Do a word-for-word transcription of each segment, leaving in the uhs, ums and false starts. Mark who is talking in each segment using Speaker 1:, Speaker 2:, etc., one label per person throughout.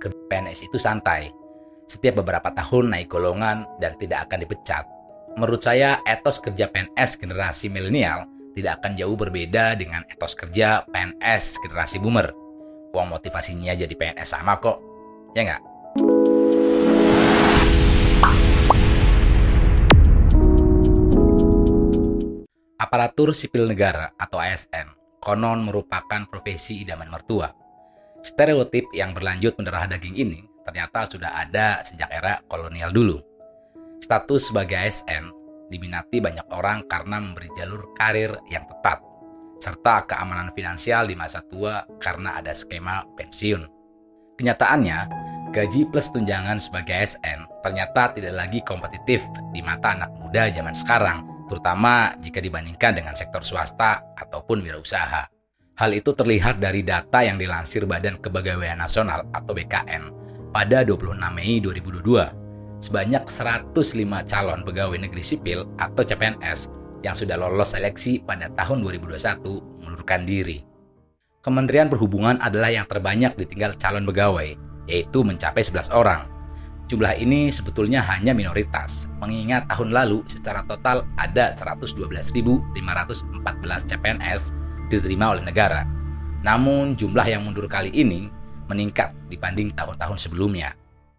Speaker 1: kerja P N S itu santai. Setiap beberapa tahun naik golongan dan tidak akan dipecat. Menurut saya, etos kerja P N S generasi milenial tidak akan jauh berbeda dengan etos kerja P N S generasi boomer. Uang motivasinya jadi P N S sama kok, ya nggak? Aparatur sipil negara atau A S N konon merupakan profesi idaman mertua. Stereotip yang berlanjut mendarah daging ini ternyata sudah ada sejak era kolonial dulu. Status sebagai A S N diminati banyak orang karena memberi jalur karir yang tetap, serta keamanan finansial di masa tua karena ada skema pensiun. Kenyataannya, gaji plus tunjangan sebagai A S N ternyata tidak lagi kompetitif di mata anak muda zaman sekarang, terutama jika dibandingkan dengan sektor swasta ataupun wirausaha. Hal itu terlihat dari data yang dilansir Badan Kepegawaian Nasional atau B K N pada dua puluh enam Mei dua ribu dua puluh dua. Sebanyak seratus lima calon pegawai negeri sipil atau C P N S yang sudah lolos seleksi pada tahun dua ribu dua puluh satu mengundurkan diri. Kementerian Perhubungan adalah yang terbanyak ditinggal calon pegawai, yaitu mencapai sebelas orang. Jumlah ini sebetulnya hanya minoritas, mengingat tahun lalu secara total ada seratus dua belas ribu lima ratus empat belas C P N S diterima oleh negara. Namun jumlah yang mundur kali ini meningkat dibanding tahun-tahun sebelumnya.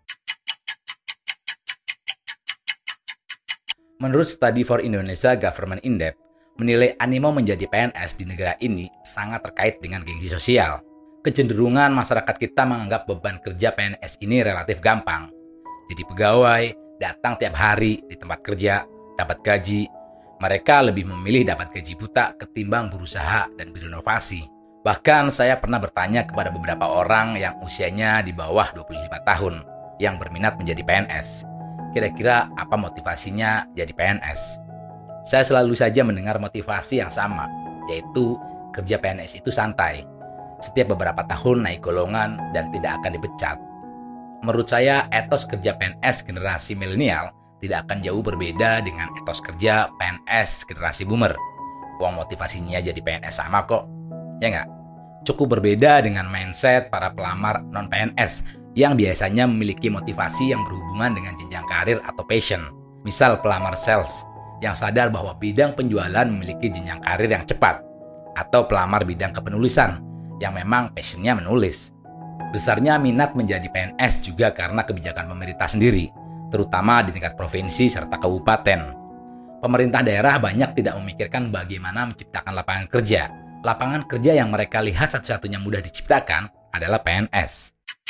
Speaker 1: Menurut Study for Indonesia Government In-Depth, menilai animo menjadi P N S di negara ini sangat terkait dengan gengsi sosial. Kecenderungan masyarakat kita menganggap beban kerja P N S ini relatif gampang. Jadi pegawai, datang tiap hari di tempat kerja, dapat gaji. Mereka lebih memilih dapat gaji buta ketimbang berusaha dan berinovasi. Bahkan saya pernah bertanya kepada beberapa orang yang usianya di bawah dua puluh lima tahun yang berminat menjadi P N S. Kira-kira apa motivasinya jadi P N S? Saya selalu saja mendengar motivasi yang sama, yaitu kerja P N S itu santai. Setiap beberapa tahun naik golongan dan tidak akan dipecat. Menurut saya, etos kerja P N S generasi milenial tidak akan jauh berbeda dengan etos kerja P N S generasi boomer. Uang motivasinya jadi P N S sama kok, ya nggak? Cukup berbeda dengan mindset para pelamar non-P N S yang biasanya memiliki motivasi yang berhubungan dengan jenjang karir atau passion. Misal pelamar sales yang sadar bahwa bidang penjualan memiliki jenjang karir yang cepat, atau pelamar bidang kepenulisan yang memang passionnya menulis. Besarnya minat menjadi P N S juga karena kebijakan pemerintah sendiri, terutama di tingkat provinsi serta kabupaten. Pemerintah daerah banyak tidak memikirkan bagaimana menciptakan lapangan kerja. Lapangan kerja yang mereka lihat satu-satunya mudah diciptakan adalah P N S.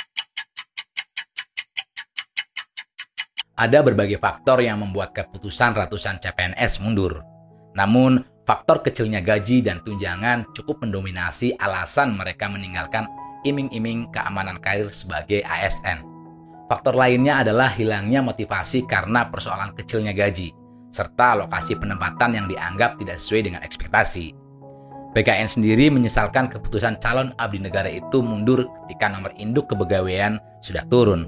Speaker 1: Ada berbagai faktor yang membuat keputusan ratusan C P N S mundur. Namun, faktor kecilnya gaji dan tunjangan cukup mendominasi alasan mereka meninggalkan iming-iming keamanan karir sebagai A S N. Faktor lainnya adalah hilangnya motivasi karena persoalan kecilnya gaji, serta lokasi penempatan yang dianggap tidak sesuai dengan ekspektasi. B K N sendiri menyesalkan keputusan calon abdi negara itu mundur ketika nomor induk kepegawaian sudah turun.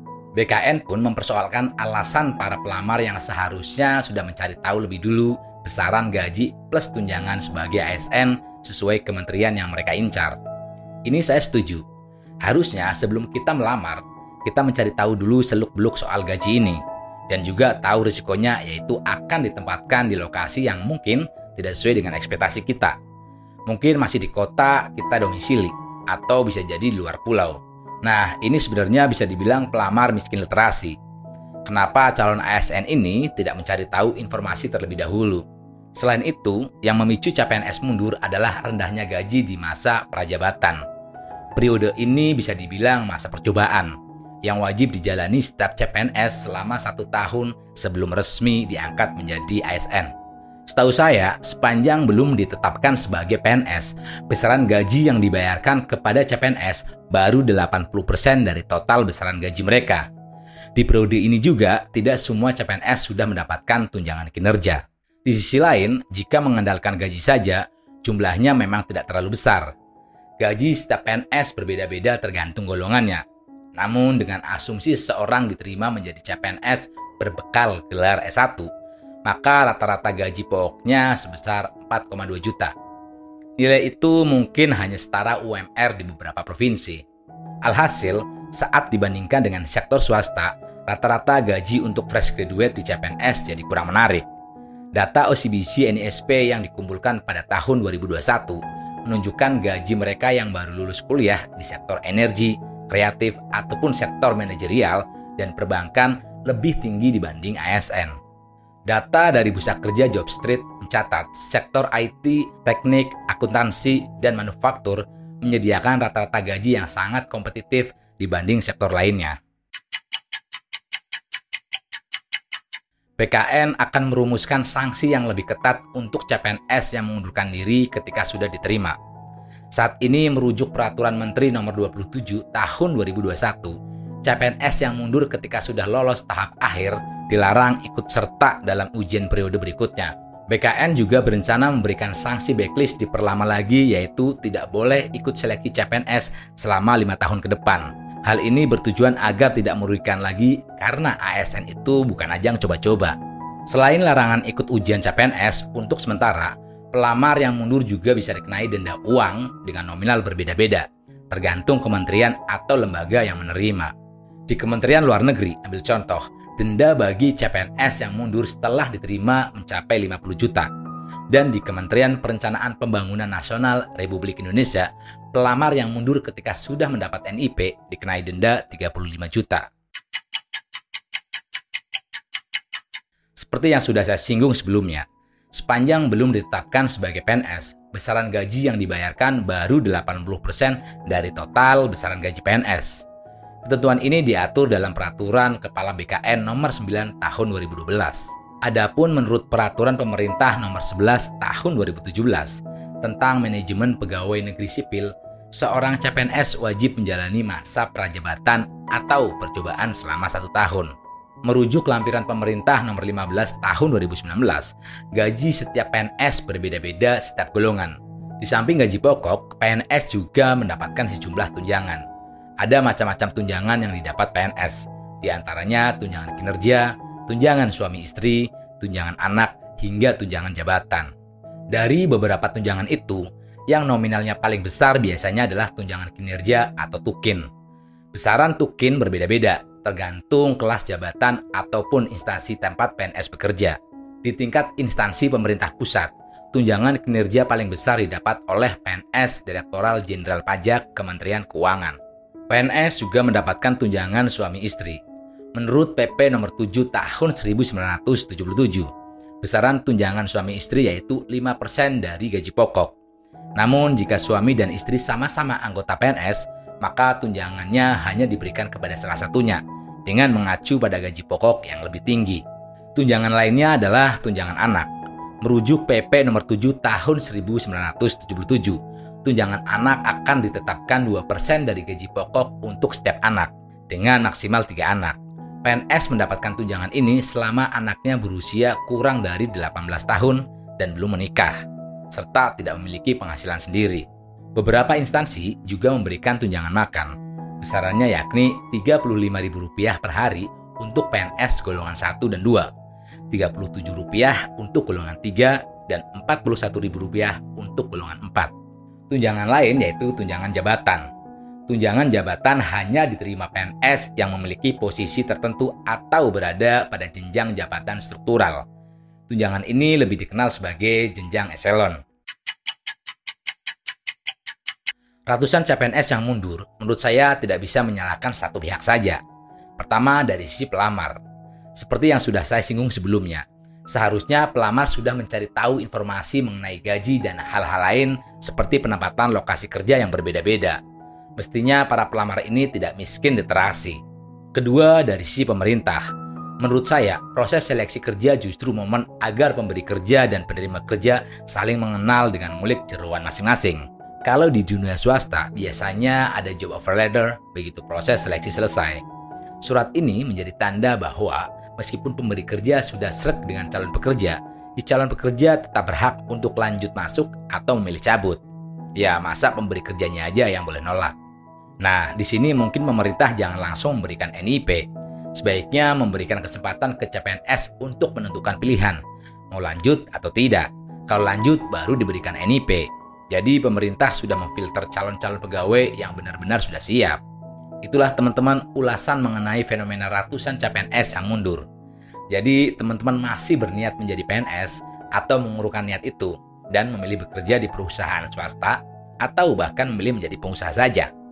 Speaker 1: B K N pun mempersoalkan alasan para pelamar yang seharusnya sudah mencari tahu lebih dulu besaran gaji plus tunjangan sebagai A S N sesuai kementerian yang mereka incar. Ini saya setuju. Harusnya sebelum kita melamar, kita mencari tahu dulu seluk-beluk soal gaji ini. Dan juga tahu risikonya, yaitu akan ditempatkan di lokasi yang mungkin tidak sesuai dengan ekspektasi kita. Mungkin masih di kota kita domisili, atau bisa jadi di luar pulau. Nah, ini sebenarnya bisa dibilang pelamar miskin literasi. Kenapa calon A S N ini tidak mencari tahu informasi terlebih dahulu? Selain itu, yang memicu C P N S mundur adalah rendahnya gaji di masa prajabatan. Periode ini bisa dibilang masa percobaan, yang wajib dijalani setiap C P N S selama satu tahun sebelum resmi diangkat menjadi A S N. Setahu saya, sepanjang belum ditetapkan sebagai P N S, besaran gaji yang dibayarkan kepada C P N S baru delapan puluh persen dari total besaran gaji mereka. Di periode ini juga, tidak semua C P N S sudah mendapatkan tunjangan kinerja. Di sisi lain, jika mengandalkan gaji saja, jumlahnya memang tidak terlalu besar. Gaji setiap P N S berbeda-beda tergantung golongannya. Namun dengan asumsi seseorang diterima menjadi C P N S berbekal gelar S satu, maka rata-rata gaji pokoknya sebesar empat koma dua juta. Nilai itu mungkin hanya setara U M R di beberapa provinsi. Alhasil, Saat dibandingkan dengan sektor swasta, rata-rata gaji untuk fresh graduate di C P N S jadi kurang menarik. Data O C B C N I S P yang dikumpulkan pada tahun dua ribu dua puluh satu menunjukkan gaji mereka yang baru lulus kuliah di sektor energi, kreatif, ataupun sektor manajerial dan perbankan lebih tinggi dibanding A S N. Data dari Bursa Kerja Jobstreet mencatat sektor I T, teknik, akuntansi, dan manufaktur menyediakan rata-rata gaji yang sangat kompetitif dibanding sektor lainnya. B K N akan merumuskan sanksi yang lebih ketat untuk C P N S yang mengundurkan diri ketika sudah diterima. Saat ini merujuk Peraturan Menteri Nomor dua puluh tujuh Tahun dua ribu dua puluh satu, C P N S yang mundur ketika sudah lolos tahap akhir dilarang ikut serta dalam ujian periode berikutnya. B K N juga berencana memberikan sanksi backlist diperlama lagi, yaitu tidak boleh ikut seleksi C P N S selama lima tahun ke depan. Hal ini bertujuan agar tidak merugikan lagi karena A S N itu bukan ajang coba-coba. Selain larangan ikut ujian C P N S, untuk sementara, pelamar yang mundur juga bisa dikenai denda uang dengan nominal berbeda-beda, tergantung kementerian atau lembaga yang menerima. Di Kementerian Luar Negeri, ambil contoh, denda bagi C P N S yang mundur setelah diterima mencapai lima puluh juta. Dan di Kementerian Perencanaan Pembangunan Nasional Republik Indonesia, pelamar yang mundur ketika sudah mendapat N I P dikenai denda tiga puluh lima juta. Seperti yang sudah saya singgung sebelumnya, sepanjang belum ditetapkan sebagai P N S, besaran gaji yang dibayarkan baru delapan puluh persen dari total besaran gaji P N S. Ketentuan ini diatur dalam Peraturan Kepala B K N Nomor sembilan Tahun dua ribu dua belas. Adapun menurut Peraturan Pemerintah Nomor sebelas Tahun dua ribu tujuh belas tentang manajemen pegawai negeri sipil, seorang C P N S wajib menjalani masa prajabatan atau percobaan selama satu tahun. Merujuk lampiran pemerintah nomor lima belas tahun dua ribu sembilan belas, gaji setiap P N S berbeda-beda setiap golongan. Di samping gaji pokok, P N S juga mendapatkan sejumlah tunjangan. Ada macam-macam tunjangan yang didapat P N S, di antaranya tunjangan kinerja, tunjangan suami istri, tunjangan anak, hingga tunjangan jabatan. Dari beberapa tunjangan itu, yang nominalnya paling besar biasanya adalah tunjangan kinerja atau tukin. Besaran tukin berbeda-beda, tergantung kelas jabatan ataupun instansi tempat P N S bekerja. Di tingkat instansi pemerintah pusat, tunjangan kinerja paling besar didapat oleh P N S Direktoral Jenderal Pajak Kementerian Keuangan. P N S juga mendapatkan tunjangan suami istri. Menurut P P Nomor tujuh Tahun seribu sembilan ratus tujuh puluh tujuh, besaran tunjangan suami istri yaitu lima persen dari gaji pokok. Namun jika suami dan istri sama-sama anggota P N S, maka tunjangannya hanya diberikan kepada salah satunya dengan mengacu pada gaji pokok yang lebih tinggi. Tunjangan lainnya adalah tunjangan anak. Merujuk P P Nomor tujuh Tahun seribu sembilan ratus tujuh puluh tujuh, tunjangan anak akan ditetapkan dua persen dari gaji pokok untuk setiap anak dengan maksimal tiga anak. P N S mendapatkan tunjangan ini selama anaknya berusia kurang dari delapan belas tahun dan belum menikah, serta tidak memiliki penghasilan sendiri. Beberapa instansi juga memberikan tunjangan makan. Besarannya yakni tiga puluh lima ribu rupiah per hari untuk P N S golongan satu dan dua, tiga puluh tujuh rupiah untuk golongan tiga, dan empat puluh satu ribu rupiah untuk golongan empat. Tunjangan lain yaitu tunjangan jabatan. Tunjangan jabatan hanya diterima P N S yang memiliki posisi tertentu atau berada pada jenjang jabatan struktural. Tunjangan ini lebih dikenal sebagai jenjang eselon. Ratusan C P N S yang mundur, menurut saya tidak bisa menyalahkan satu pihak saja. Pertama, dari sisi pelamar. Seperti yang sudah saya singgung sebelumnya, seharusnya pelamar sudah mencari tahu informasi mengenai gaji dan hal-hal lain seperti penempatan lokasi kerja yang berbeda-beda. Mestinya para pelamar ini tidak miskin literasi. Kedua, dari sisi pemerintah. Menurut saya, proses seleksi kerja justru momen agar pemberi kerja dan penerima kerja saling mengenal dengan ngulik jeroan masing-masing. Kalau di dunia swasta, biasanya ada job offer letter begitu proses seleksi selesai. Surat ini menjadi tanda bahwa meskipun pemberi kerja sudah sreg dengan calon pekerja, si calon pekerja tetap berhak untuk lanjut masuk atau memilih cabut. Ya, masa pemberi kerjanya aja yang boleh nolak. Nah, di sini mungkin pemerintah jangan langsung memberikan N I P. Sebaiknya memberikan kesempatan ke C P N S untuk menentukan pilihan, mau lanjut atau tidak. Kalau lanjut, baru diberikan N I P. Jadi pemerintah sudah memfilter calon-calon pegawai yang benar-benar sudah siap. Itulah teman-teman ulasan mengenai fenomena ratusan C P N S yang mundur. Jadi teman-teman masih berniat menjadi P N S atau mengurungkan niat itu dan memilih bekerja di perusahaan swasta atau bahkan memilih menjadi pengusaha saja.